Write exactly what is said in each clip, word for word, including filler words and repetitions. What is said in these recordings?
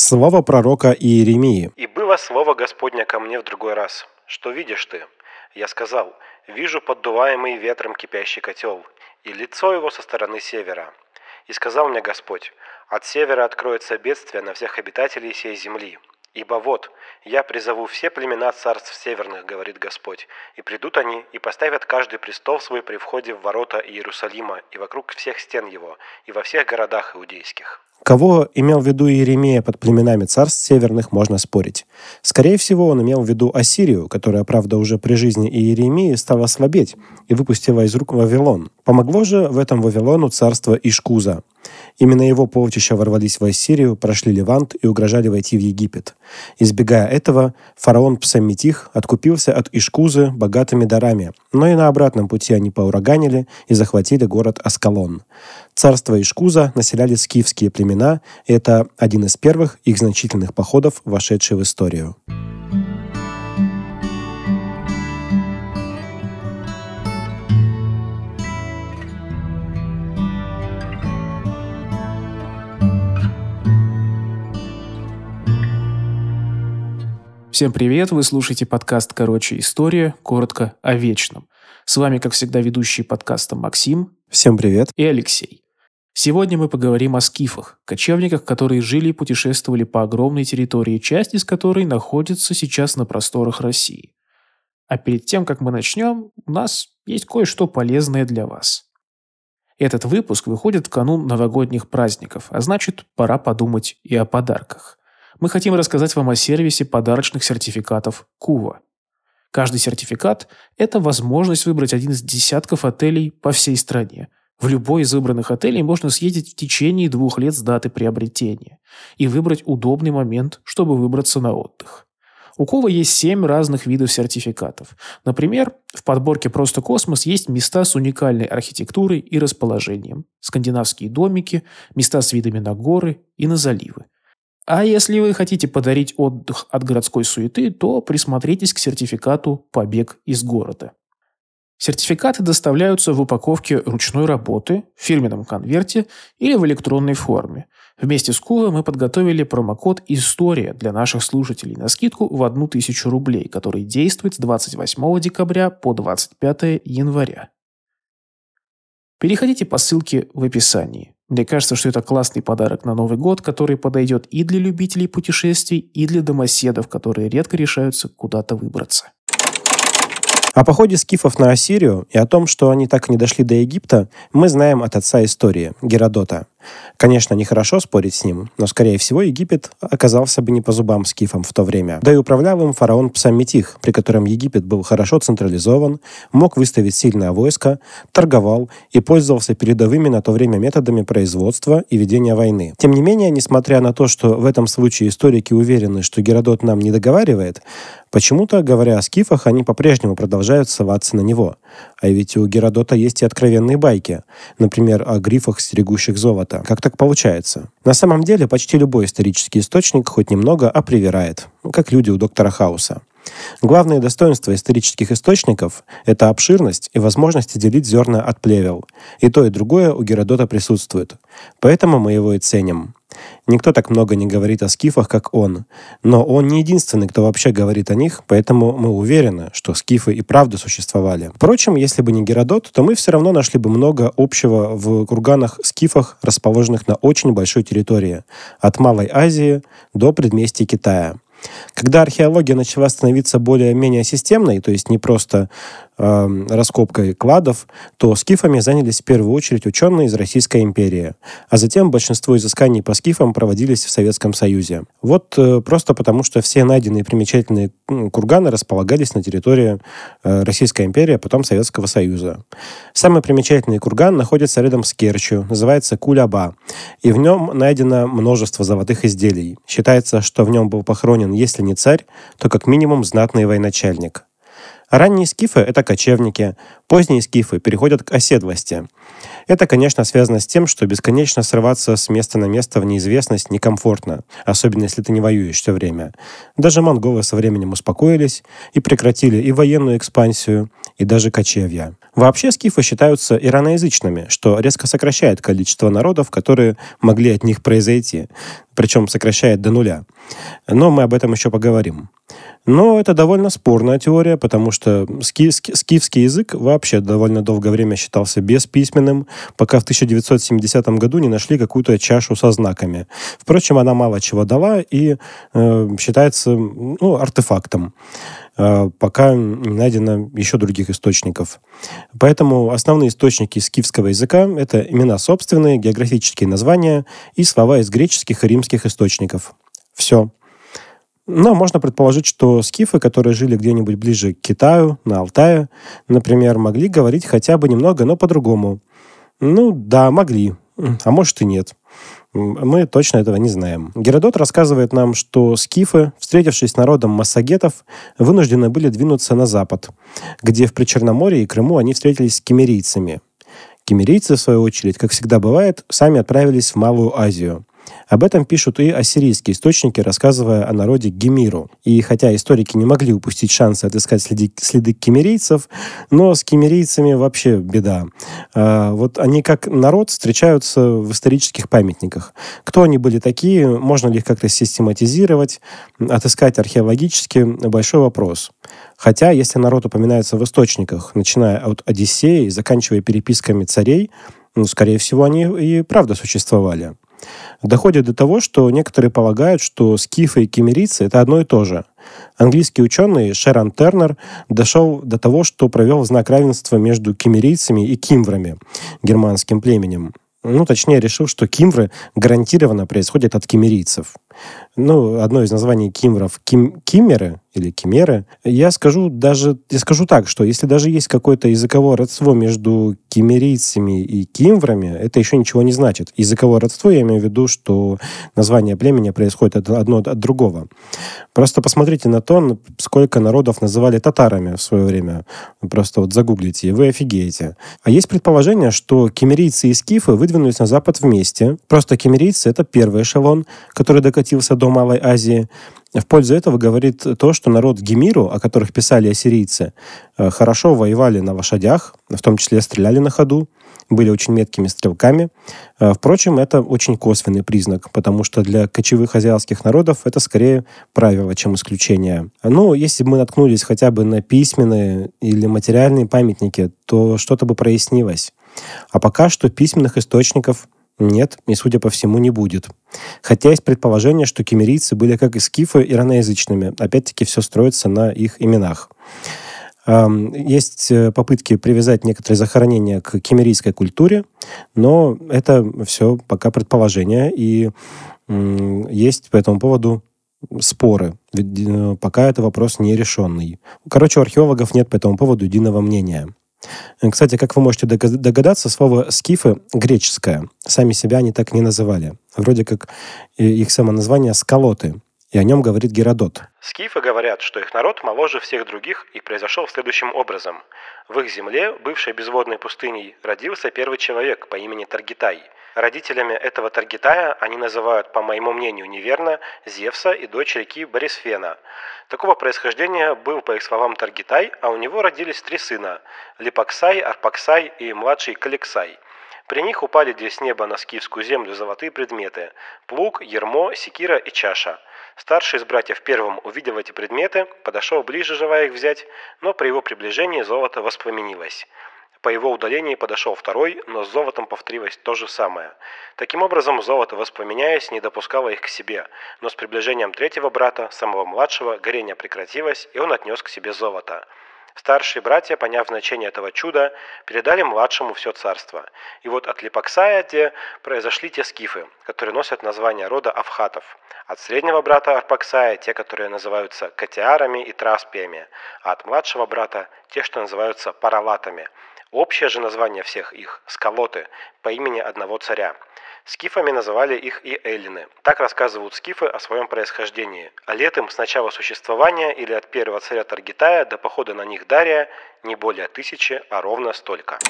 Слово пророка Иеремии. «И было слово Господня ко мне в другой раз. Что видишь ты? Я сказал, вижу поддуваемый ветром кипящий котел, и лицо его со стороны севера. И сказал мне Господь, от севера откроется бедствие на всех обитателей сей земли. Ибо вот, я призову все племена царств северных, говорит Господь, и придут они, и поставят каждый престол свой при входе в ворота Иерусалима, и вокруг всех стен его, и во всех городах иудейских». Кого имел в виду Иеремия под племенами царств северных, можно спорить. Скорее всего, он имел в виду Ассирию, которая, правда, уже при жизни Иеремии стала слабеть и выпустила из рук Вавилон. Помогло же в этом Вавилону царство Ишкуза. Именно его полчища ворвались в Ассирию, прошли Левант и угрожали войти в Египет. Избегая этого, фараон Псамметих откупился от Ишкузы богатыми дарами, но и на обратном пути они поураганили и захватили город Аскалон. Царство Ишкуза населяли скифские племена, и это один из первых их значительных походов, вошедший в историю. Всем привет, вы слушаете подкаст «Короче, история», коротко о вечном. С вами, как всегда, ведущие подкаста Максим. Всем привет. И Алексей. Сегодня мы поговорим о скифах, кочевниках, которые жили и путешествовали по огромной территории, часть из которой находится сейчас на просторах России. А перед тем, как мы начнем, у нас есть кое-что полезное для вас. Этот выпуск выходит в канун новогодних праздников, а значит, пора подумать и о подарках. Мы хотим рассказать вам о сервисе подарочных сертификатов Кува. Каждый сертификат – это возможность выбрать один из десятков отелей по всей стране. В любой из выбранных отелей можно съездить в течение двух лет с даты приобретения и выбрать удобный момент, чтобы выбраться на отдых. У Кува есть семь разных видов сертификатов. Например, в подборке «Просто космос» есть места с уникальной архитектурой и расположением, скандинавские домики, места с видами на горы и на заливы. А если вы хотите подарить отдых от городской суеты, то присмотритесь к сертификату «Побег из города». Сертификаты доставляются в упаковке ручной работы, в фирменном конверте или в электронной форме. Вместе с Кува мы подготовили промокод «История» для наших слушателей на скидку в одну тысячу рублей, который действует с двадцать восьмого декабря по двадцать пятого января. Переходите по ссылке в описании. Мне кажется, что это классный подарок на Новый год, который подойдет и для любителей путешествий, и для домоседов, которые редко решаются куда-то выбраться. О походе скифов на Ассирию и о том, что они так и не дошли до Египта, мы знаем от отца истории, Геродота. Конечно, нехорошо спорить с ним, но, скорее всего, Египет оказался бы не по зубам скифам в то время. Да и управлял им фараон Псамметих, при котором Египет был хорошо централизован, мог выставить сильное войско, торговал и пользовался передовыми на то время методами производства и ведения войны. Тем не менее, несмотря на то, что в этом случае историки уверены, что Геродот нам не договаривает, почему-то, говоря о скифах, они по-прежнему продолжают ссылаться на него. А ведь у Геродота есть и откровенные байки, например, о грифах, стерегущих золото. Как так получается? На самом деле, почти любой исторический источник хоть немного опривирает, как люди у доктора Хауса. Главные достоинства исторических источников – это обширность и возможность отделить зерна от плевел. И то, и другое у Геродота присутствует. Поэтому мы его и ценим. Никто так много не говорит о скифах, как он. Но он не единственный, кто вообще говорит о них, поэтому мы уверены, что скифы и правда существовали. Впрочем, если бы не Геродот, то мы все равно нашли бы много общего в курганах-скифах, расположенных на очень большой территории, от Малой Азии до предместья Китая. Когда археология начала становиться более-менее системной, то есть не просто э, раскопкой кладов, то скифами занялись в первую очередь ученые из Российской империи, а затем большинство изысканий по скифам проводились в Советском Союзе. Вот э, просто потому, что все найденные примечательные курганы располагались на территории э, Российской империи, а потом Советского Союза. Самый примечательный курган находится рядом с Керчью, называется Кулаба, и в нем найдено множество золотых изделий. Считается, что в нем был похоронен, если не царь, то как минимум знатный военачальник. Ранние скифы – это кочевники, поздние скифы переходят к оседлости. Это, конечно, связано с тем, что бесконечно срываться с места на место в неизвестность некомфортно, особенно если ты не воюешь все время. Даже монголы со временем успокоились и прекратили и военную экспансию, и даже кочевья. Вообще скифы считаются ираноязычными, что резко сокращает количество народов, которые могли от них произойти, причем сокращает до нуля. Но мы об этом еще поговорим. Но это довольно спорная теория, потому что ски, ски, скифский язык вообще довольно долгое время считался бесписьменным, пока в тысяча девятьсот семидесятом году не нашли какую-то чашу со знаками. Впрочем, она мало чего дала и э, считается ну, артефактом, э, пока не найдено еще других источников. Поэтому основные источники скифского языка — это имена собственные, географические названия и слова из греческих и римских источников. Все. Но можно предположить, что скифы, которые жили где-нибудь ближе к Китаю, на Алтае, например, могли говорить хотя бы немного, но по-другому. Ну да, могли, а может и нет. Мы точно этого не знаем. Геродот рассказывает нам, что скифы, встретившись с народом массагетов, вынуждены были двинуться на запад, где в Причерноморье и Крыму они встретились с киммерийцами. Киммерийцы, в свою очередь, как всегда бывает, сами отправились в Малую Азию. Об этом пишут и ассирийские источники, рассказывая о народе Гемиру. И хотя историки не могли упустить шанса отыскать следы, следы киммерийцев, но с киммерийцами вообще беда. А, вот они как народ встречаются в исторических памятниках. Кто они были такие, можно ли их как-то систематизировать, отыскать археологически — большой вопрос. Хотя, если народ упоминается в источниках, начиная от Одиссеи и заканчивая переписками царей, ну, скорее всего, они и правда существовали. Доходит до того, что некоторые полагают, что скифы и киммерийцы — это одно и то же. Английский ученый Шерон Тернер дошел до того, что провел знак равенства между киммерийцами и кимврами, германским племенем. Ну, точнее, решил, что кимвры гарантированно происходят от киммерийцев. Ну, одно из названий кимвров ким, киммеры или кимеры. Я скажу даже, я скажу так, что если даже есть какое-то языковое родство между киммерийцами и кимврами, это еще ничего не значит. Языковое родство, я имею в виду, что название племени происходит от, одно от другого. Просто посмотрите на то, сколько народов называли татарами в свое время. Просто вот загуглите, и вы офигеете. А есть предположение, что киммерийцы и скифы выдвинулись на запад вместе. Просто киммерийцы — это первый эшелон, который докатился до Малой Азии. В пользу этого говорит то, что народ Гемиру, о которых писали ассирийцы, хорошо воевали на лошадях, в том числе стреляли на ходу, были очень меткими стрелками. Впрочем, это очень косвенный признак, потому что для кочевых азиатских народов это скорее правило, чем исключение. Ну, если бы мы наткнулись хотя бы на письменные или материальные памятники, то что-то бы прояснилось. А пока что письменных источников нет, и, судя по всему, не будет. Хотя есть предположение, что киммерийцы были, как и скифы, ираноязычными. Опять-таки, все строится на их именах. Есть попытки привязать некоторые захоронения к киммерийской культуре, но это все пока предположения, и есть по этому поводу споры. Ведь пока это вопрос нерешенный. Короче, у археологов нет по этому поводу единого мнения. Кстати, как вы можете догадаться, слово «скифы» греческое. Сами себя они так не называли. Вроде как их самоназвание «скалоты». И о нем говорит Геродот. Скифы говорят, что их народ моложе всех других и произошел следующим образом. В их земле, бывшей безводной пустыней, родился первый человек по имени Таргитай. Родителями этого Таргитая они называют, по моему мнению, неверно, Зевса и дочь реки Борисфена. Такого происхождения был, по их словам, Таргитай, а у него родились три сына – Липаксай, Арпаксай и младший Каликсай. При них упали здесь с неба на скифскую землю золотые предметы – плуг, ярмо, секира и чаша. Старший из братьев первым, увидев эти предметы, подошел ближе, желая их взять, но при его приближении золото воспламенилось. По его удалении подошел второй, но с золотом повторилось то же самое. Таким образом, золото, воспламеняясь, не допускало их к себе, но с приближением третьего брата, самого младшего, горение прекратилось, и он отнес к себе золото. Старшие братья, поняв значение этого чуда, передали младшему все царство. И вот от Липаксая те произошли те скифы, которые носят название рода Авхатов. От среднего брата Арпаксая те, которые называются Катиарами и Траспиями, а от младшего брата те, что называются Паралатами. Общее же название всех их – Скалоты, по имени одного царя. Скифами называли их и эллины. Так рассказывают скифы о своем происхождении. А лет им с начала существования или от первого царя Таргитая до похода на них Дария не более тысячи, а ровно столько.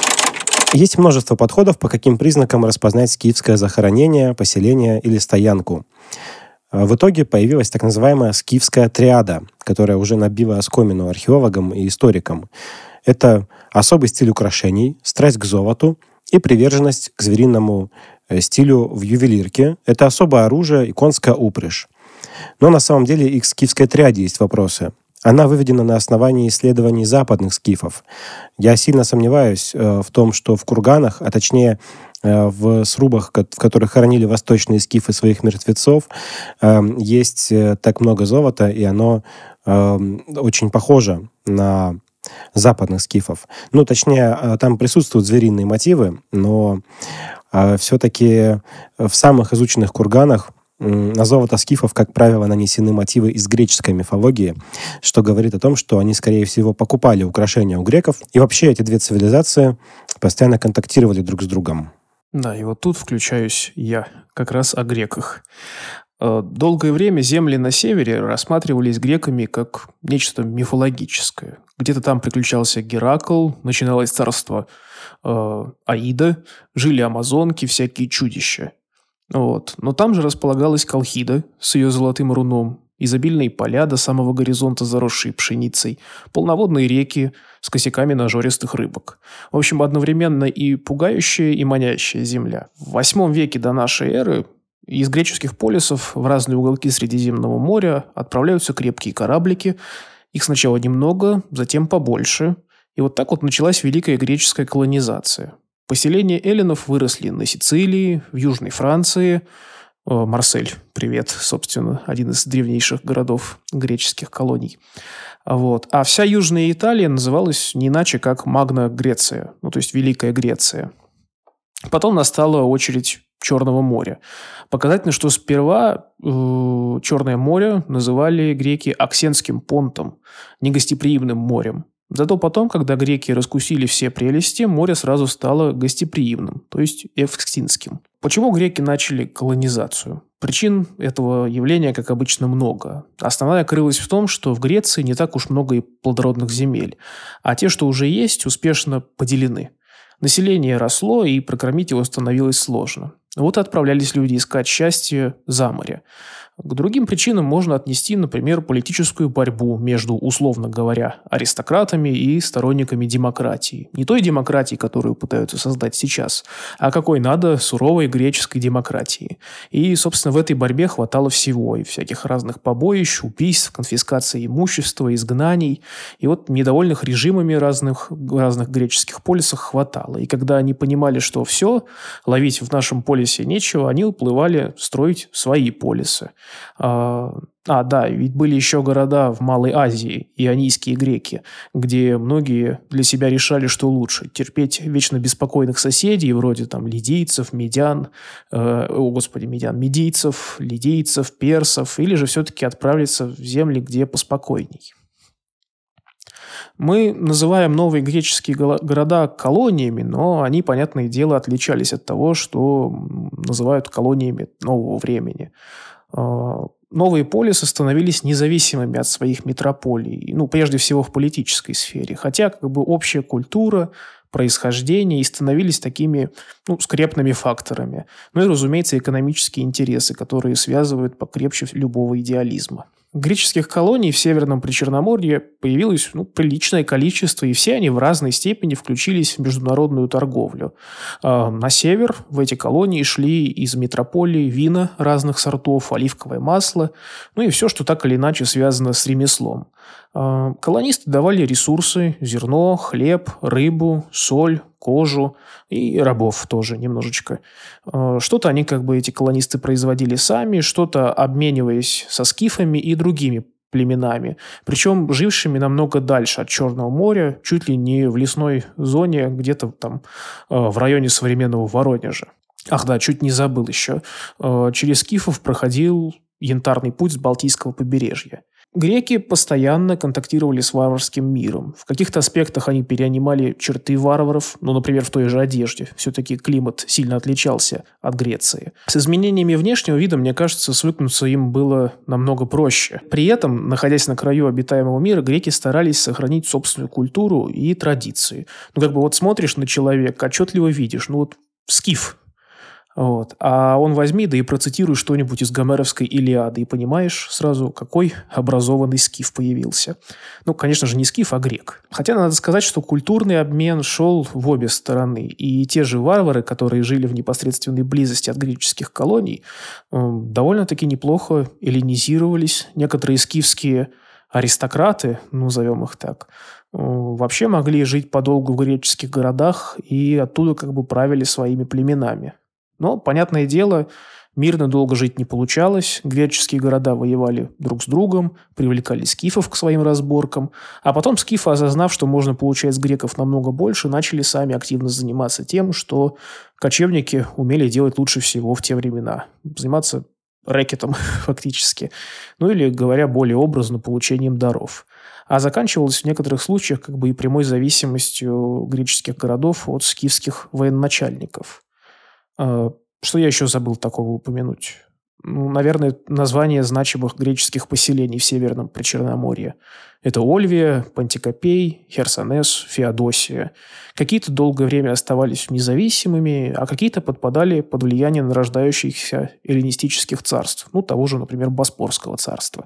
Есть множество подходов, по каким признакам распознать скифское захоронение, поселение или стоянку. В итоге появилась так называемая скифская триада, которая уже набила оскомину археологам и историкам. Это особый стиль украшений, страсть к золоту и приверженность к звериному э, стилю в ювелирке. Это особое оружие и конская упряжь. Но на самом деле и к скифской триаде есть вопросы. Она выведена на основании исследований западных скифов. Я сильно сомневаюсь э, в том, что в курганах, а точнее э, в срубах, ко- в которых хоронили восточные скифы своих мертвецов, э, есть э, так много золота, и оно э, очень похоже на западных скифов. Ну, точнее, э, там присутствуют звериные мотивы, но э, все-таки в самых изученных курганах м, на золото скифов, как правило, нанесены мотивы из греческой мифологии, что говорит о том, что они, скорее всего, покупали украшения у греков. И вообще эти две цивилизации постоянно контактировали друг с другом. Да, и вот тут включаюсь я, как раз о греках. Э, Долгое время земли на севере рассматривались греками как нечто мифологическое. Где-то там приключался Геракл, начиналось царство э, Аида, жили амазонки, всякие чудища. Вот. Но там же располагалась Колхида с ее золотым руном, изобильные поля до самого горизонта, заросшие пшеницей, полноводные реки с косяками нажористых рыбок. В общем, одновременно и пугающая, и манящая земля. В восьмом веке до нашей эры из греческих полисов в разные уголки Средиземного моря отправляются крепкие кораблики. Их сначала немного, затем побольше. И вот так вот началась великая греческая колонизация. Поселения эллинов выросли на Сицилии, в Южной Франции. О, Марсель, привет, собственно, один из древнейших городов греческих колоний. А Вот. А вся Южная Италия называлась не иначе, как Магна Греция, ну, то есть Великая Греция. Потом настала очередь Черного моря. Показательно, что сперва э, Черное море называли греки Оксенским понтом, негостеприимным морем. Зато потом, когда греки раскусили все прелести, море сразу стало гостеприимным, то есть Евксинским. Почему греки начали колонизацию? Причин этого явления, как обычно, много. Основная крылась в том, что в Греции не так уж много и плодородных земель, а те, что уже есть, успешно поделены. Население росло, и прокормить его становилось сложно. Вот и отправлялись люди искать счастье за море. К другим причинам можно отнести, например, политическую борьбу между, условно говоря, аристократами и сторонниками демократии. Не той демократии, которую пытаются создать сейчас, а какой надо, суровой греческой демократии. И, собственно, в этой борьбе хватало всего. И всяких разных побоищ, убийств, конфискации имущества, изгнаний. И вот недовольных режимами разных, разных греческих полисах хватало. И когда они понимали, что все, ловить в нашем полисе нечего, они уплывали строить свои полисы. А, а, да, ведь были еще города в Малой Азии, ионийские греки, где многие для себя решали, что лучше. Терпеть вечно беспокойных соседей, вроде там лидийцев, медян, э, о, господи, медян, медийцев, лидийцев, персов, или же все-таки отправиться в земли, где поспокойней. Мы называем новые греческие города колониями, но они, понятное дело, отличались от того, что называют колониями нового времени. Новые полисы становились независимыми от своих метрополий, ну, прежде всего в политической сфере, хотя как бы общая культура, происхождение и становились такими, ну, скрепными факторами. Ну и, разумеется, экономические интересы, которые связывают покрепче любого идеализма. Греческих колоний в Северном Причерноморье появилось, ну, приличное количество, и все они в разной степени включились в международную торговлю. А на север в эти колонии шли из метрополии вина разных сортов, оливковое масло, ну и все, что так или иначе связано с ремеслом. А колонисты давали ресурсы: зерно, хлеб, рыбу, соль, кожу и рабов тоже немножечко. Что-то они, как бы, эти колонисты производили сами, что-то обмениваясь со скифами и другими племенами, причем жившими намного дальше от Черного моря, чуть ли не в лесной зоне, где-то там в районе современного Воронежа. Ах да, чуть не забыл еще. Через скифов проходил янтарный путь с Балтийского побережья. Греки постоянно контактировали с варварским миром. В каких-то аспектах они перенимали черты варваров, ну, например, в той же одежде. Все-таки климат сильно отличался от Греции. С изменениями внешнего вида, мне кажется, свыкнуться им было намного проще. При этом, находясь на краю обитаемого мира, греки старались сохранить собственную культуру и традиции. Ну, как бы вот смотришь на человека, отчетливо видишь, ну вот скиф. Вот. А он возьми, да и процитируй что-нибудь из гомеровской «Илиады», и понимаешь сразу, какой образованный скиф появился. Ну, конечно же, не скиф, а грек. Хотя надо сказать, что культурный обмен шел в обе стороны. И те же варвары, которые жили в непосредственной близости от греческих колоний, довольно-таки неплохо эллинизировались. Некоторые скифские аристократы, ну, назовем их так, вообще могли жить подолгу в греческих городах и оттуда как бы правили своими племенами. Но, понятное дело, мирно долго жить не получалось. Греческие города воевали друг с другом, привлекали скифов к своим разборкам. А потом скифы, осознав, что можно получать с греков намного больше, начали сами активно заниматься тем, что кочевники умели делать лучше всего в те времена. Заниматься рэкетом фактически. Ну или, говоря более образно, получением даров. А заканчивалось в некоторых случаях как бы и прямой зависимостью греческих городов от скифских военачальников. Что я еще забыл такого упомянуть? Ну, наверное, название значимых греческих поселений в Северном Причерноморье. Это Ольвия, Пантикопей, Херсонес, Феодосия. Какие-то долгое время оставались независимыми, а какие-то подпадали под влияние нарождающихся эллинистических царств. Ну, того же, например, Боспорского царства.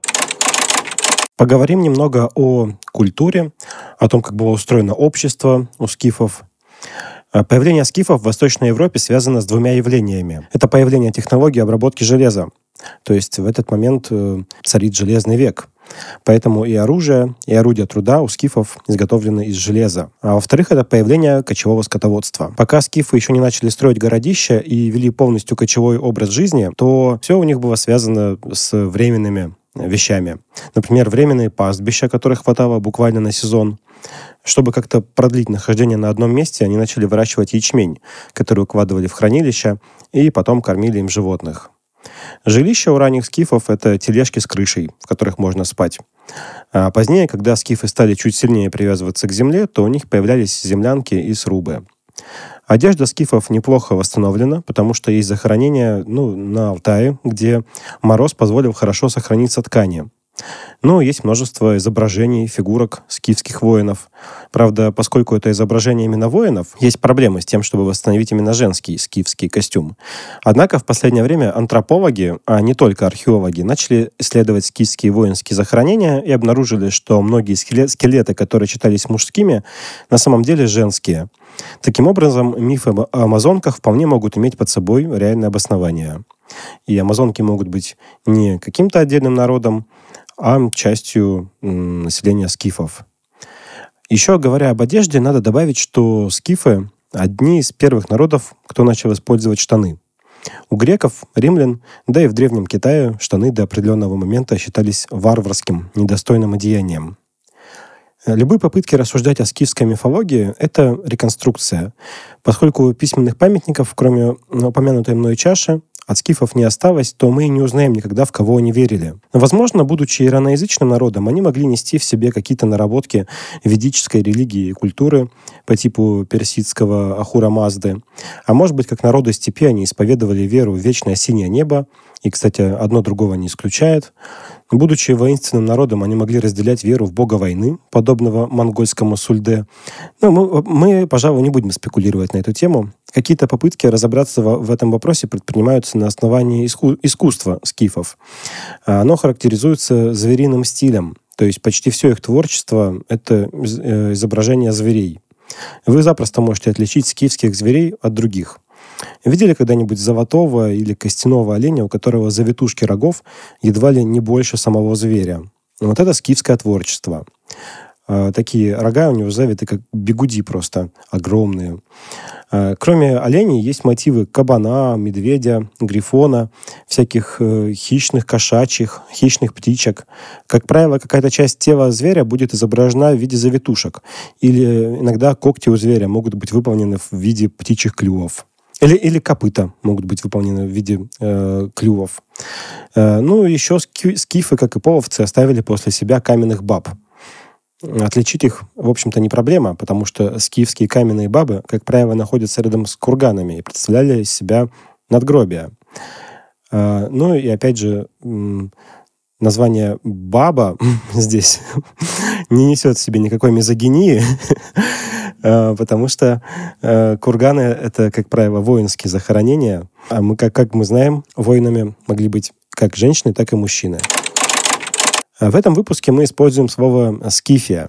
Поговорим немного о культуре, о том, как было устроено общество у скифов. Появление скифов в Восточной Европе связано с двумя явлениями. Это появление технологии обработки железа. То есть в этот момент царит железный век. Поэтому и оружие, и орудия труда у скифов изготовлены из железа. А во-вторых, это появление кочевого скотоводства. Пока скифы еще не начали строить городища и вели полностью кочевой образ жизни, то все у них было связано с временными вещами. Например, временные пастбища, которых хватало буквально на сезон. Чтобы как-то продлить нахождение на одном месте, они начали выращивать ячмень, который укладывали в хранилища и потом кормили им животных. Жилища у ранних скифов — это тележки с крышей, в которых можно спать. А позднее, когда скифы стали чуть сильнее привязываться к земле, то у них появлялись землянки и срубы. Одежда скифов неплохо восстановлена, потому что есть захоронения ну, на Алтае, где мороз позволил хорошо сохраниться ткани. Но есть множество изображений, фигурок скифских воинов. Правда, поскольку это изображение именно воинов, есть проблемы с тем, чтобы восстановить именно женский скифский костюм. Однако в последнее время антропологи, а не только археологи, начали исследовать скифские воинские захоронения и обнаружили, что многие скелеты, которые считались мужскими, на самом деле женские. Таким образом, мифы о амазонках вполне могут иметь под собой реальное обоснование. И амазонки могут быть не каким-то отдельным народом, а частью м, населения скифов. Еще говоря об одежде, надо добавить, что скифы – одни из первых народов, кто начал использовать штаны. У греков, римлян, да и в Древнем Китае штаны до определенного момента считались варварским, недостойным одеянием. Любые попытки рассуждать о скифской мифологии – это реконструкция, поскольку письменных памятников, кроме упомянутой мной чаши, от скифов не осталось, то мы не узнаем никогда, в кого они верили. Возможно, будучи ираноязычным народом, они могли нести в себе какие-то наработки ведической религии и культуры по типу персидского Ахура Мазды. А может быть, как народы степи, они исповедовали веру в вечное синее небо, и, кстати, одно другого не исключает. Будучи воинственным народом, они могли разделять веру в бога войны, подобного монгольскому Сульде. Но мы, мы, пожалуй, не будем спекулировать на эту тему. Какие-то попытки разобраться в, в этом вопросе предпринимаются на основании иску, искусства скифов. Оно характеризуется звериным стилем, то есть почти все их творчество — это изображение зверей. Вы запросто можете отличить скифских зверей от других. Видели когда-нибудь золотого или костяного оленя, у которого завитушки рогов едва ли не больше самого зверя? Вот это скифское творчество. Такие рога у него завиты, как бигуди просто, огромные. Кроме оленей есть мотивы кабана, медведя, грифона, всяких хищных кошачьих, хищных птичек. Как правило, какая-то часть тела зверя будет изображена в виде завитушек. Или иногда когти у зверя могут быть выполнены в виде птичьих клювов. Или, или копыта могут быть выполнены в виде э, клювов. Э, ну, еще скифы, как и половцы, оставили после себя каменных баб. Отличить их, в общем-то, не проблема, потому что скифские каменные бабы, как правило, находятся рядом с курганами и представляли из себя надгробия. Э, ну, и опять же, название «баба» здесь не несет в себе никакой мизогинии. потому что курганы — это, как правило, воинские захоронения, а мы, как, как мы знаем, воинами могли быть как женщины, так и мужчины. В этом выпуске мы используем слово «скифия».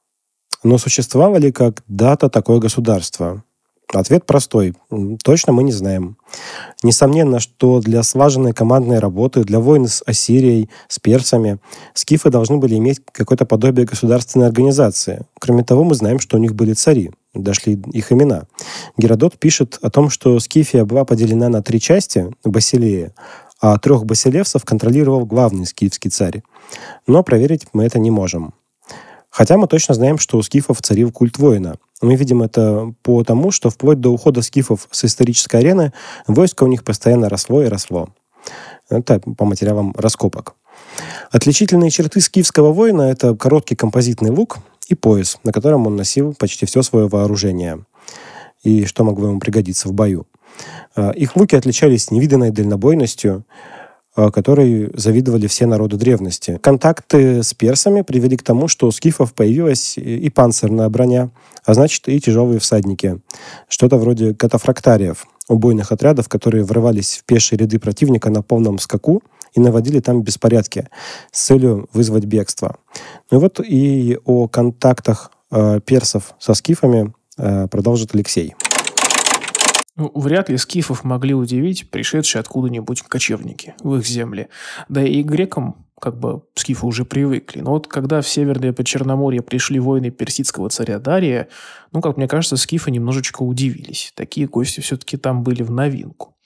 Но существовало ли когда-то такое государство? Ответ простой. Точно мы не знаем. Несомненно, что для слаженной командной работы, для войн с Ассирией, с персами, скифы должны были иметь какое-то подобие государственной организации. Кроме того, мы знаем, что у них были цари. Дошли их имена. Геродот пишет о том, что Скифия была поделена на три части, басилеи, а трех басилевсов контролировал главный скифский царь. Но проверить мы это не можем. Хотя мы точно знаем, что у скифов царил культ воина. Мы видим это потому, что вплоть до ухода скифов с исторической арены войско у них постоянно росло и росло. Это по материалам раскопок. Отличительные черты скифского воина — это короткий композитный лук и пояс, на котором он носил почти все свое вооружение. И что могло ему пригодиться в бою. Их луки отличались невиданной дальнобойностью, которой завидовали все народы древности. Контакты с персами привели к тому, что у скифов появилась и панцирная броня, а значит и тяжелые всадники. Что-то вроде катафрактариев, убойных отрядов, которые врывались в пешие ряды противника на полном скаку и наводили там беспорядки с целью вызвать бегство. Ну и вот и о контактах э, персов со скифами э, продолжит Алексей. Ну, вряд ли скифов могли удивить пришедшие откуда-нибудь кочевники в их земли. Да и к грекам как бы скифы уже привыкли. Но вот когда в Северное Причерноморье пришли воины персидского царя Дария, ну, как мне кажется, скифы немножечко удивились. Такие гости все-таки там были в новинку.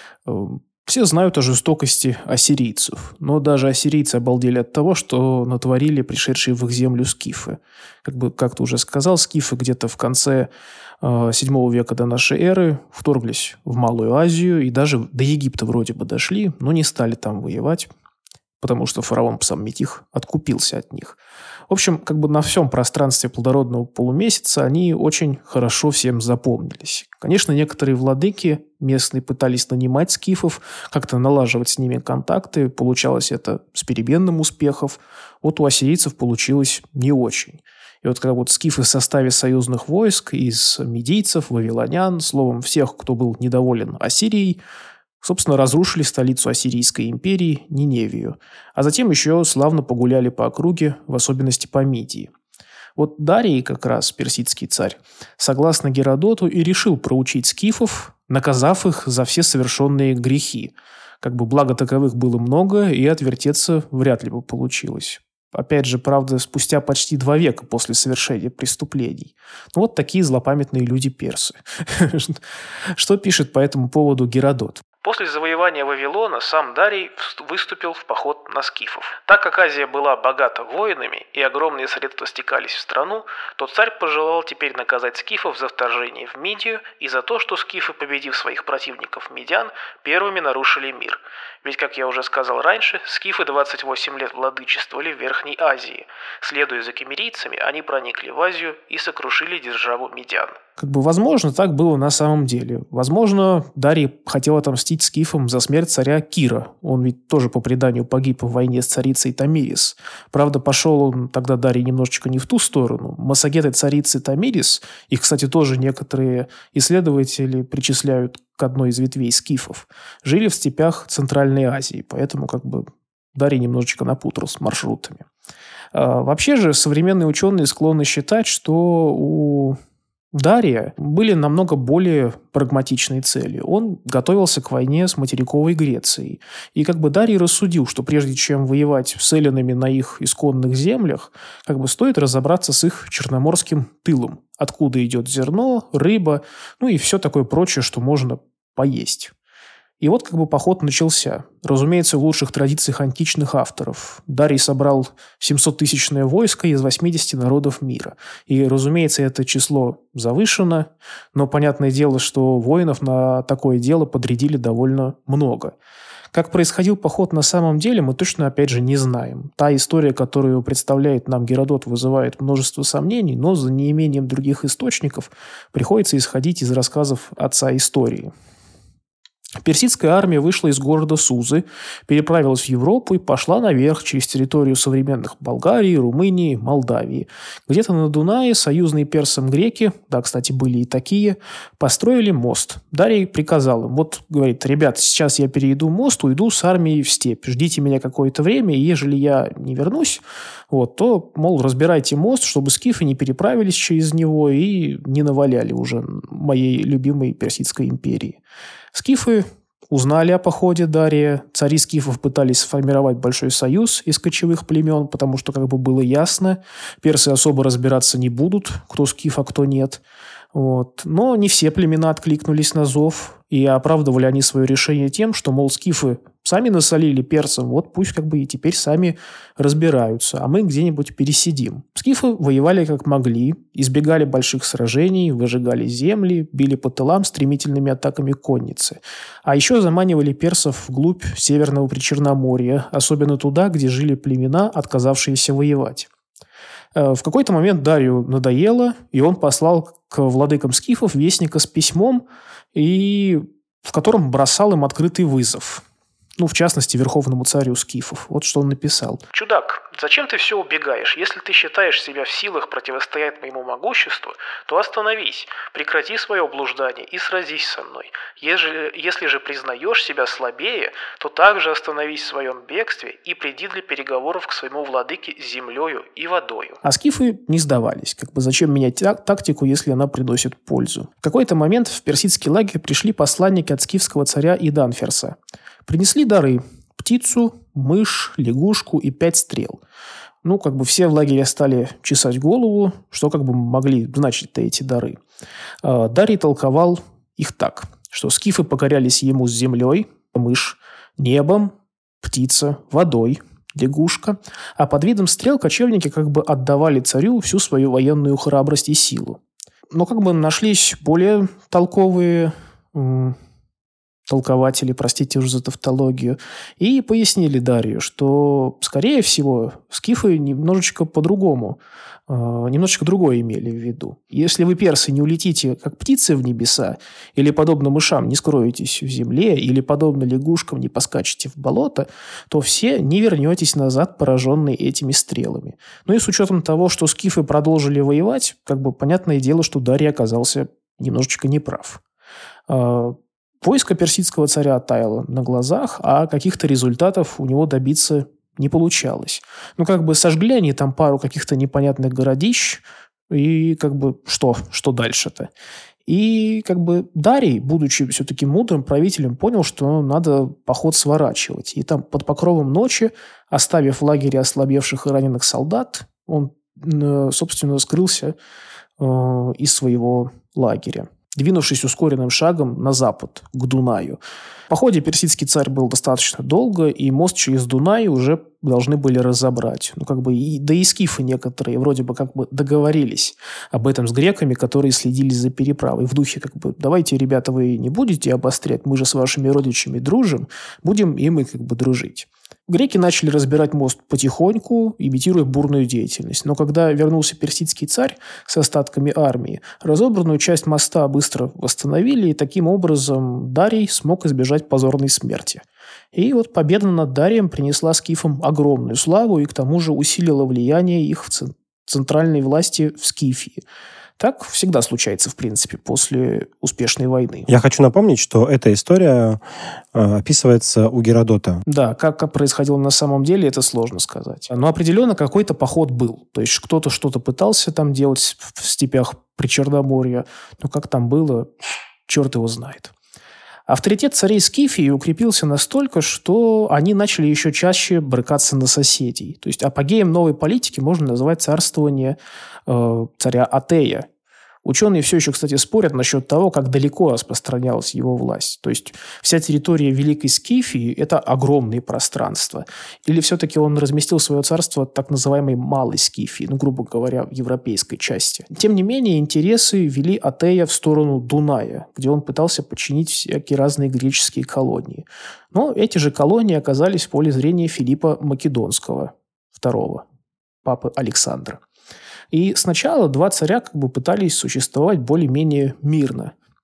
Все знают о жестокости ассирийцев, но даже ассирийцы обалдели от того, что натворили пришедшие в их землю скифы. Как бы, как ты уже сказал, скифы где-то в конце э, седьмого века до нашей эры вторглись в Малую Азию и даже до Египта вроде бы дошли, но не стали там воевать, потому что фараон Псамметих откупился от них. В общем, как бы на всем пространстве плодородного полумесяца они очень хорошо всем запомнились. Конечно, некоторые владыки местные пытались нанимать скифов, как-то налаживать с ними контакты. Получалось это с переменным успехом. Вот у ассирийцев получилось не очень. И вот когда вот скифы в составе союзных войск из медийцев, вавилонян, словом, всех, кто был недоволен Ассирией, собственно, разрушили столицу Ассирийской империи Ниневию, а затем еще славно погуляли по округе, в особенности по Мидии. Вот Дарий, как раз персидский царь, согласно Геродоту, и решил проучить скифов, наказав их за все совершенные грехи. Как бы благо таковых было много, и отвертеться вряд ли бы получилось. Опять же, правда, спустя почти два века после совершения преступлений. Ну, вот такие злопамятные люди персы. Что пишет по этому поводу Геродот? После завоевания Вавилона сам Дарий выступил в поход на скифов. Так как Азия была богата воинами и огромные средства стекались в страну, то царь пожелал теперь наказать скифов за вторжение в Мидию и за то, что скифы, победив своих противников медян, первыми нарушили мир. Ведь, как я уже сказал раньше, скифы двадцать восемь лет владычествовали в Верхней Азии. Следуя за киммерийцами, они проникли в Азию и сокрушили державу медян. Как бы, возможно, так было на самом деле. Возможно, Дарий хотел отомстить скифам за смерть царя Кира. Он ведь тоже по преданию погиб в войне с царицей Тамирис. Правда, пошел он тогда Дарий немножечко не в ту сторону. Массагеты царицы Тамирис, их, кстати, тоже некоторые исследователи причисляют к одной из ветвей скифов, жили в степях Центральной Азии. Поэтому как бы Дарий немножечко напутал с маршрутами. А, вообще же современные ученые склонны считать, что у Дария были намного более прагматичные цели. Он готовился к войне с материковой Грецией. И как бы Дарий рассудил, что прежде чем воевать с эллинами на их исконных землях, как бы стоит разобраться с их черноморским тылом. Откуда идет зерно, рыба, ну и все такое прочее, что можно поесть. И вот как бы поход начался. Разумеется, в лучших традициях античных авторов. Дарий собрал семисоттысячное войско из восьмидесяти народов мира. И, разумеется, это число завышено, но понятное дело, что воинов на такое дело подрядили довольно много. Как происходил поход на самом деле, мы точно, опять же, не знаем. Та история, которую представляет нам Геродот, вызывает множество сомнений, но за неимением других источников приходится исходить из рассказов отца истории. Персидская армия вышла из города Сузы, переправилась в Европу и пошла наверх через территорию современных Болгарии, Румынии, Молдавии. Где-то на Дунае союзные персам греки, да, кстати, были и такие, построили мост. Дарий приказал им, вот, говорит, ребят, сейчас я перейду мост, уйду с армией в степь, ждите меня какое-то время, и ежели я не вернусь, вот, то, мол, разбирайте мост, чтобы скифы не переправились через него и не наваляли уже моей любимой Персидской империи. Скифы узнали о походе Дария. Цари скифов пытались сформировать большой союз из кочевых племен, потому что как бы было ясно, персы особо разбираться не будут, кто скиф, а кто нет. Вот. Но не все племена откликнулись на зов, и оправдывали они свое решение тем, что, мол, скифы сами насолили персам, вот пусть как бы и теперь сами разбираются, а мы где-нибудь пересидим. Скифы воевали как могли, избегали больших сражений, выжигали земли, били по тылам стремительными атаками конницы. А еще заманивали персов вглубь Северного Причерноморья, особенно туда, где жили племена, отказавшиеся воевать. В какой-то момент Дарию надоело, и он послал к владыкам скифов вестника с письмом, и в котором бросал им открытый вызов. Ну, в частности, верховному царю скифов. Вот что он написал. «Чудак, зачем ты все убегаешь? Если ты считаешь себя в силах противостоять моему могуществу, то остановись, прекрати свое блуждание и сразись со мной. Ежели, если же признаешь себя слабее, то также остановись в своем бегстве и приди для переговоров к своему владыке с землею и водою». А скифы не сдавались. Как бы зачем менять тактику, если она приносит пользу? В какой-то момент в персидский лагерь пришли посланники от скифского царя Иданферса. Принесли дары – птицу, мышь, лягушку и пять стрел. Ну, как бы все в лагере стали чесать голову, что как бы могли значить-то эти дары. Дарий толковал их так, что скифы покорялись ему с землей, мышь, небом, птица, водой, лягушка, а под видом стрел кочевники как бы отдавали царю всю свою военную храбрость и силу. Но как бы нашлись более толковые толкователи, простите уж за тавтологию, и пояснили Дарию, что, скорее всего, скифы немножечко по-другому, э, немножечко другое имели в виду. Если вы, персы, не улетите, как птицы в небеса, или, подобно мышам, не скроетесь в земле, или, подобно лягушкам, не поскачете в болото, то все не вернетесь назад, пораженные этими стрелами. Ну и с учетом того, что скифы продолжили воевать, как бы понятное дело, что Дарий оказался немножечко неправ. Войско персидского царя таяло на глазах, а каких-то результатов у него добиться не получалось. Ну, как бы сожгли они там пару каких-то непонятных городищ, и как бы что? Что дальше-то? И как бы Дарий, будучи все-таки мудрым правителем, понял, что надо поход сворачивать. И там под покровом ночи, оставив в лагере ослабевших и раненых солдат, он, собственно, скрылся из своего лагеря, двинувшись ускоренным шагом на запад, к Дунаю. В походе персидский царь был достаточно долго, и мост через Дунай уже должны были разобрать. Ну, как бы, и, да и скифы некоторые вроде бы как бы договорились об этом с греками, которые следили за переправой. В духе как бы, давайте, ребята, вы не будете обострять, мы же с вашими родичами дружим, будем и мы как бы дружить. Греки начали разбирать мост потихоньку, имитируя бурную деятельность. Но когда вернулся персидский царь с остатками армии, разобранную часть моста быстро восстановили, и таким образом Дарий смог избежать позорной смерти. И вот победа над Дарием принесла скифам огромную славу и к тому же усилила влияние их в центральной власти в Скифии. Так всегда случается, в принципе, после успешной войны. Я хочу напомнить, что эта история э, описывается у Геродота. Да, как, как происходило на самом деле, это сложно сказать. Но определенно какой-то поход был. То есть кто-то что-то пытался там делать в степях Причерноморья, но как там было, черт его знает. Авторитет царей Скифии укрепился настолько, что они начали еще чаще брыкаться на соседей. То есть апогеем новой политики можно назвать царствование э, царя Атея. Ученые все еще, кстати, спорят насчет того, как далеко распространялась его власть. То есть вся территория Великой Скифии – это огромные пространства. Или все-таки он разместил свое царство в так называемой Малой Скифии, ну, грубо говоря, в европейской части. Тем не менее, интересы вели Атея в сторону Дуная, где он пытался подчинить всякие разные греческие колонии. Но эти же колонии оказались в поле зрения Филиппа Македонского, второго, папы Александра. И сначала два царя как бы пытались существовать более-менее мирно.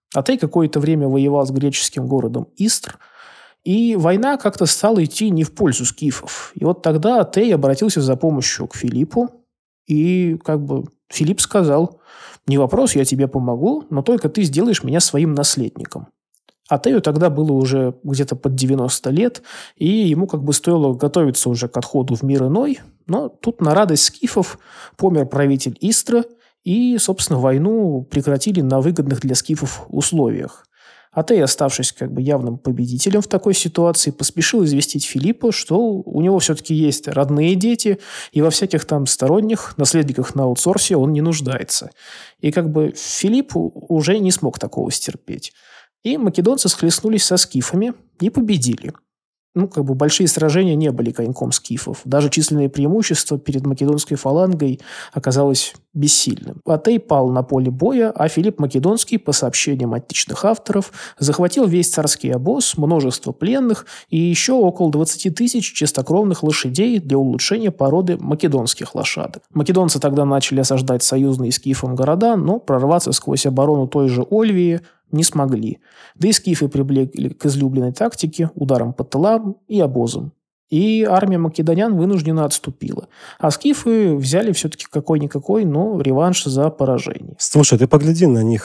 Атей какое-то время воевал с греческим городом Истр, и война как-то стала идти не в пользу скифов. И вот тогда Атей обратился за помощью к Филиппу, и как бы Филипп сказал: «Не вопрос, я тебе помогу, но только ты сделаешь меня своим наследником». Атею тогда было уже где-то под девяносто лет, и ему как бы стоило готовиться уже к отходу в мир иной, но тут на радость скифов помер правитель Истра, и, собственно, войну прекратили на выгодных для скифов условиях. Атей, оставшись как бы явным победителем в такой ситуации, поспешил известить Филиппа, что у него все-таки есть родные дети, и во всяких там сторонних наследниках на аутсорсе он не нуждается. И как бы Филипп уже не смог такого стерпеть. И македонцы схлестнулись со скифами и победили. Ну, как бы большие сражения не были коньком скифов. Даже численное преимущество перед македонской фалангой оказалось бессильным. Атей пал на поле боя, а Филипп Македонский, по сообщениям античных авторов, захватил весь царский обоз, множество пленных и еще около двадцати тысяч чистокровных лошадей для улучшения породы македонских лошадок. Македонцы тогда начали осаждать союзные скифам города, но прорваться сквозь оборону той же Ольвии не смогли. Да и скифы прибегли к излюбленной тактике, ударом по тылам и обозам. И армия македонян вынуждена отступила. А скифы взяли все-таки какой-никакой, но реванш за поражение. Слушай, ты погляди на них,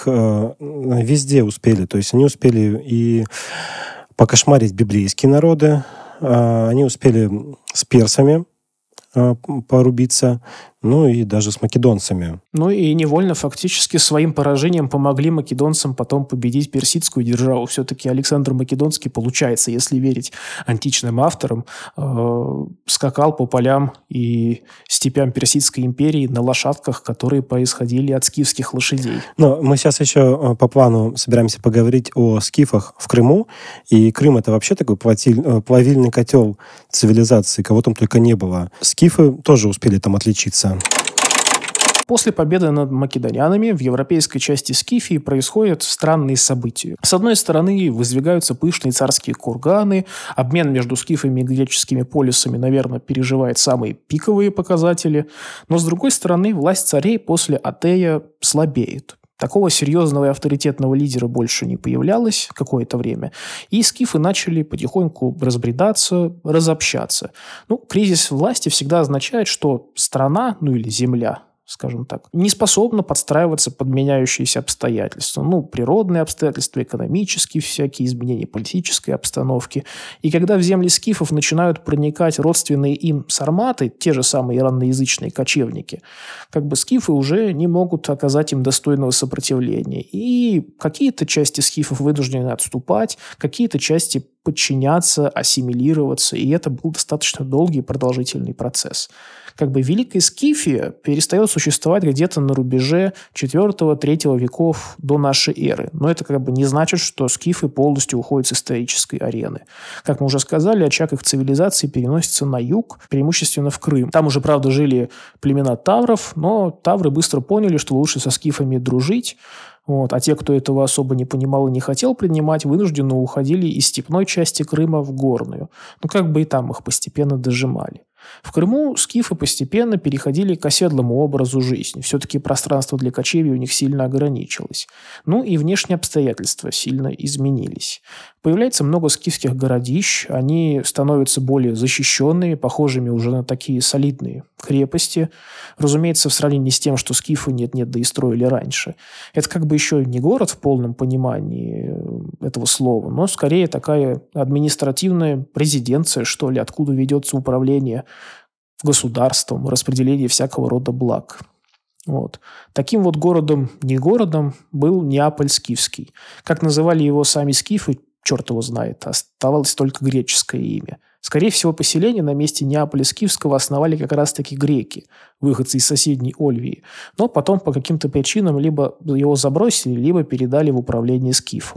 везде успели. То есть они успели и покошмарить библейские народы, они успели с персами порубиться, ну и даже с македонцами. Ну и невольно фактически своим поражением помогли македонцам потом победить персидскую державу. Все-таки Александр Македонский, получается, если верить античным авторам, э, скакал по полям и степям Персидской империи на лошадках, которые происходили от скифских лошадей. Но мы сейчас еще по плану собираемся поговорить о скифах в Крыму. И Крым — это вообще такой плавильный котел цивилизации, кого там только не было. Скифы тоже успели там отличиться. После победы над македонянами в европейской части Скифии происходят странные события. С одной стороны, воздвигаются пышные царские курганы, обмен между скифами и греческими полисами, наверное, переживает самые пиковые показатели, но с другой стороны, власть царей после Атея слабеет. Такого серьезного и авторитетного лидера больше не появлялось какое-то время, и скифы начали потихоньку разбредаться, разобщаться. Ну, кризис власти всегда означает, что страна, ну или земля, скажем так, не способна подстраиваться под меняющиеся обстоятельства. Ну, природные обстоятельства, экономические всякие изменения политической обстановки. И когда в земли скифов начинают проникать родственные им сарматы, те же самые иранноязычные кочевники, как бы скифы уже не могут оказать им достойного сопротивления. И какие-то части скифов вынуждены отступать, какие-то части подчиняться, ассимилироваться, и это был достаточно долгий и продолжительный процесс. Как бы Великая Скифия перестает существовать где-то на рубеже четвёртого-третьего веков до нашей эры. Но это как бы не значит, что скифы полностью уходят с исторической арены. Как мы уже сказали, очаг их цивилизации переносится на юг, преимущественно в Крым. Там уже, правда, жили племена тавров, но тавры быстро поняли, что лучше со скифами дружить. Вот. А те, кто этого особо не понимал и не хотел принимать, вынужденно уходили из степной части Крыма в горную. Ну, как бы и там их постепенно дожимали. В Крыму скифы постепенно переходили к оседлому образу жизни. Все-таки пространство для кочевья у них сильно ограничилось. Ну и внешние обстоятельства сильно изменились. Появляется много скифских городищ, они становятся более защищенными, похожими уже на такие солидные крепости. Разумеется, в сравнении с тем, что скифы нет-нет, да и строили раньше. Это как бы еще не город в полном понимании этого слова, но скорее такая административная резиденция, что ли, откуда ведется управление государством, распределение всякого рода благ. Вот. Таким вот городом, не городом, был Неаполь Скифский. Как называли его сами скифы, черт его знает, оставалось только греческое имя. Скорее всего, поселение на месте Неаполя Скифского основали как раз-таки греки, выходцы из соседней Ольвии, но потом по каким-то причинам либо его забросили, либо передали в управление скифам.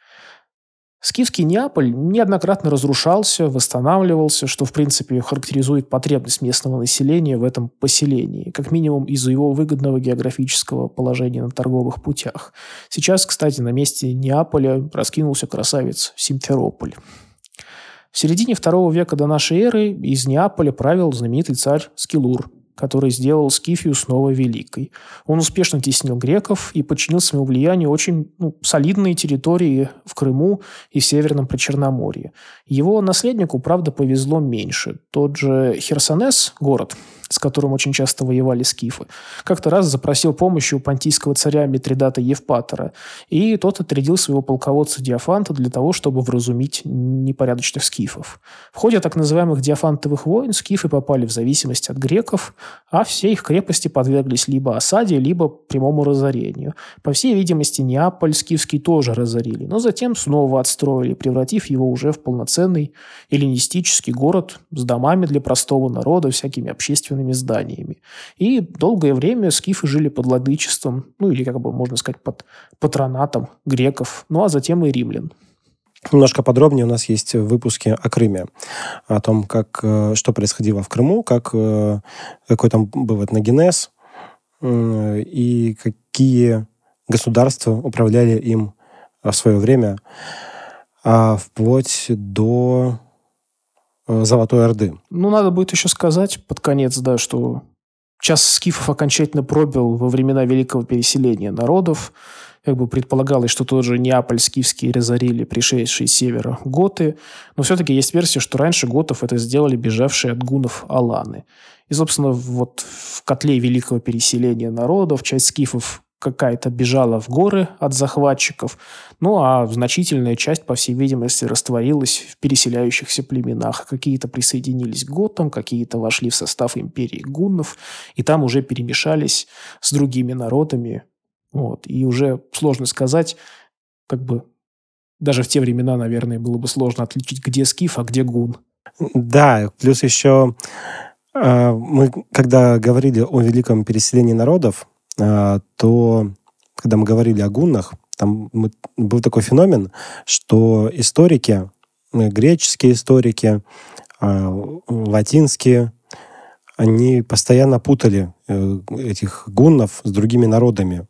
Скифский Неаполь неоднократно разрушался, восстанавливался, что, в принципе, характеризует потребность местного населения в этом поселении, как минимум из-за его выгодного географического положения на торговых путях. Сейчас, кстати, на месте Неаполя раскинулся красавец Симферополь. В середине второго века до нашей эры из Неаполя правил знаменитый царь Скилур, который сделал Скифию снова великой. Он успешно теснил греков и подчинил своему влиянию очень ну, солидные территории в Крыму и в Северном Причерноморье. Его наследнику, правда, повезло меньше. Тот же Херсонес, город, с которым очень часто воевали скифы, как-то раз запросил помощи у понтийского царя Митридата Евпатора, и тот отрядил своего полководца Диофанта для того, чтобы вразумить непорядочных скифов. В ходе так называемых диофантовых войн скифы попали в зависимость от греков, а все их крепости подверглись либо осаде, либо прямому разорению. По всей видимости, Неаполь скифский тоже разорили, но затем снова отстроили, превратив его уже в полноценный эллинистический город с домами для простого народа, всякими общественными зданиями. И долгое время скифы жили под владычеством, ну или, как бы можно сказать, под патронатом греков, ну а затем и римлян. Немножко подробнее у нас есть в выпуске о Крыме, о том, как, что происходило в Крыму, как, какой там был этногенез и какие государства управляли им в свое время, вплоть до Золотой Орды. Ну, надо будет еще сказать под конец, да, что час скифов окончательно пробил во времена Великого переселения народов. Как бы предполагалось, что тот же Неаполь скифский разорили пришедшие с севера готы. Но все-таки есть версия, что раньше готов это сделали бежавшие от гуннов аланы. И, собственно, вот в котле Великого переселения народов часть скифов какая-то бежала в горы от захватчиков, ну а значительная часть, по всей видимости, растворилась в переселяющихся племенах. Какие-то присоединились к готам, какие-то вошли в состав империи гуннов, и там уже перемешались с другими народами. Вот. И уже сложно сказать, как бы даже в те времена, наверное, было бы сложно отличить, где скиф, а где гун. Да, плюс еще мы, когда говорили о великом переселении народов, то, когда мы говорили о гуннах, там был такой феномен, что историки, греческие историки, латинские, они постоянно путали этих гуннов с другими народами.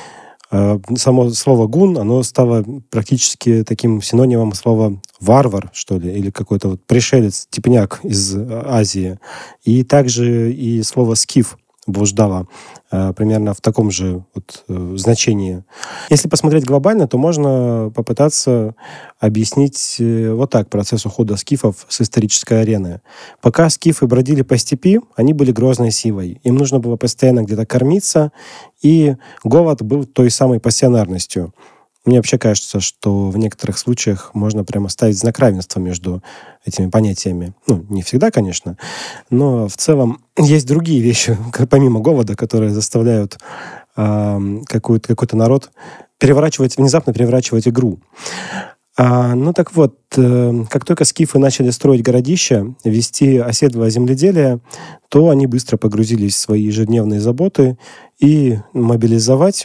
Само слово «гун», оно стало практически таким синонимом слова «варвар», что ли, или какой-то вот пришелец, типняк из Азии. И также и слово «скиф» блуждало примерно в таком же вот, значении. Если посмотреть глобально, то можно попытаться объяснить вот так процесс ухода скифов с исторической арены. Пока скифы бродили по степи, они были грозной силой. Им нужно было постоянно где-то кормиться, и голод был той самой пассионарностью. Мне вообще кажется, что в некоторых случаях можно прямо ставить знак равенства между этими понятиями. Ну, не всегда, конечно, но в целом есть другие вещи, помимо голода, которые заставляют э, какой-то, какой-то народ переворачивать, внезапно переворачивать игру. А, ну так вот, э, как только скифы начали строить городища, вести оседлое земледелие, то они быстро погрузились в свои ежедневные заботы и мобилизовать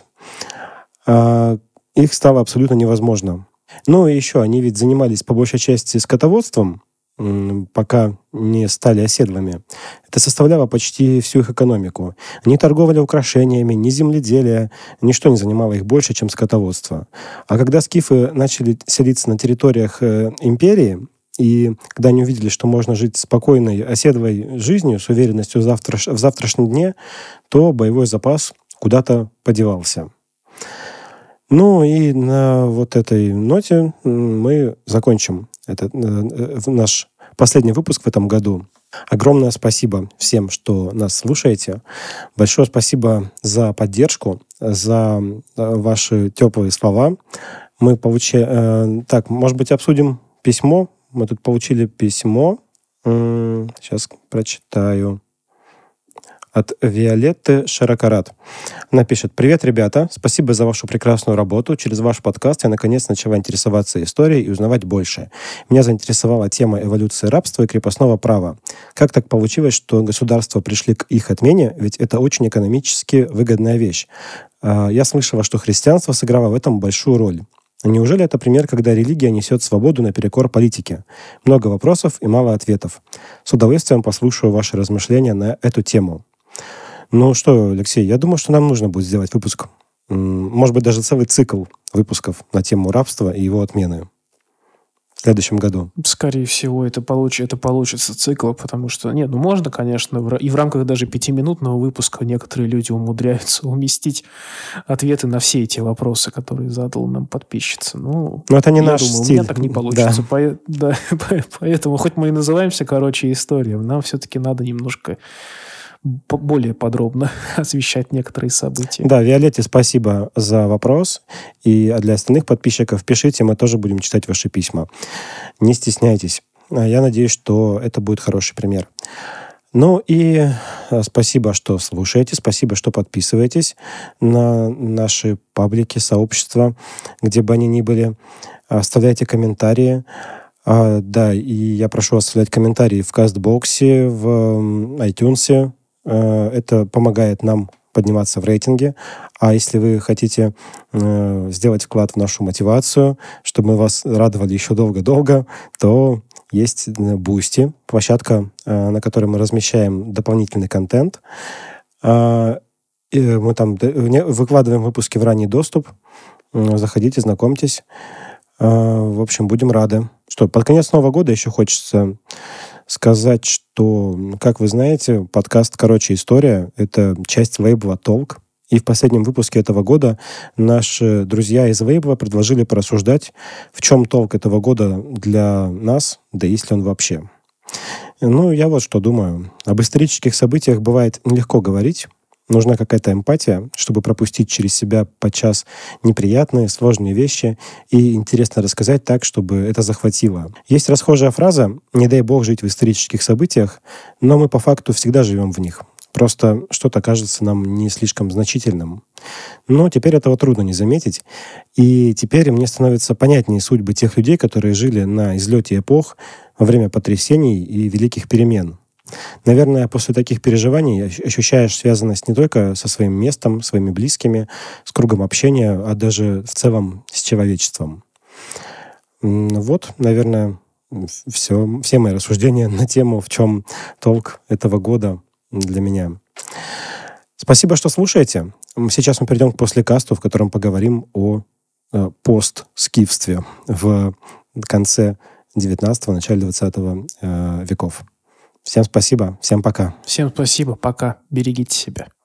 э, их стало абсолютно невозможно. Ну и еще, они ведь занимались по большей части скотоводством, пока не стали оседлыми. Это составляло почти всю их экономику. Ни торговля украшениями, ни земледелие, ничто не занимало их больше, чем скотоводство. А когда скифы начали селиться на территориях империи, и когда они увидели, что можно жить спокойной, оседлой жизнью, с уверенностью в, завтраш... в завтрашнем дне, то боевой запас куда-то подевался. Ну и на вот этой ноте мы закончим этот, наш последний выпуск в этом году. Огромное спасибо всем, что нас слушаете. Большое спасибо за поддержку, за ваши теплые слова. Мы получили... Так, может быть, обсудим письмо? Мы тут получили письмо. Сейчас прочитаю. От Виолетты Шаракарат. Она пишет: «Привет, ребята. Спасибо за вашу прекрасную работу. Через ваш подкаст я наконец начала интересоваться историей и узнавать больше. Меня заинтересовала тема эволюции рабства и крепостного права. Как так получилось, что государства пришли к их отмене? Ведь это очень экономически выгодная вещь. Я слышала, что христианство сыграло в этом большую роль. Неужели это пример, когда религия несет свободу наперекор политике? Много вопросов и мало ответов. С удовольствием послушаю ваши размышления на эту тему». Ну что, Алексей, я думаю, что нам нужно будет сделать выпуск. Может быть, даже целый цикл выпусков на тему рабства и его отмены. следующем году? Скорее всего, это, получ... это получится цикл, потому что, нет, ну можно, конечно, в... и в рамках даже пятиминутного выпуска некоторые люди умудряются уместить ответы на все эти вопросы, которые задала нам подписчица. Ну, Но это не я наш думаю, стиль. у меня так не получится. Да. По... Да, поэтому, хоть мы и называемся «Короче, история», нам все-таки надо немножко более подробно освещать некоторые события. Да, Виолетте спасибо за вопрос. И для остальных подписчиков пишите, мы тоже будем читать ваши письма. Не стесняйтесь. Я надеюсь, что это будет хороший пример. Ну и спасибо, что слушаете, спасибо, что подписываетесь на наши паблики, сообщества, где бы они ни были. Оставляйте комментарии. А, да, и я прошу оставлять комментарии в Кастбоксе, в iTunes. Это помогает нам подниматься в рейтинге. А если вы хотите э, сделать вклад в нашу мотивацию, чтобы мы вас радовали еще долго-долго, то есть Boosty, площадка, э, на которой мы размещаем дополнительный контент. Э, и мы там выкладываем выпуски в ранний доступ. Э, заходите, знакомьтесь. Э, в общем, будем рады. Что, под конец Нового года еще хочется сказать, что, как вы знаете, подкаст «Короче, история» — это часть лейбла «Толк». И в последнем выпуске этого года наши друзья из лейбла предложили порассуждать, в чем толк этого года для нас, да если он вообще. Ну, я вот что думаю. Об исторических событиях бывает нелегко говорить. Нужна какая-то эмпатия, чтобы пропустить через себя подчас неприятные, сложные вещи и интересно рассказать так, чтобы это захватило. Есть расхожая фраза «не дай бог жить в исторических событиях», но мы по факту всегда живем в них. Просто что-то кажется нам не слишком значительным. Но теперь этого трудно не заметить. И теперь мне становится понятнее судьбы тех людей, которые жили на излете эпох во время потрясений и великих перемен. Наверное, после таких переживаний ощущаешь связанность не только со своим местом, своими близкими, с кругом общения, а даже в целом с человечеством. Вот, наверное, все, все мои рассуждения на тему, в чем толк этого года для меня. Спасибо, что слушаете. Сейчас мы перейдем к послекасту, в котором поговорим о э, постскифстве в конце девятнадцатого, начале двадцатого э, веков. Всем спасибо, всем пока. Всем спасибо, пока. Берегите себя.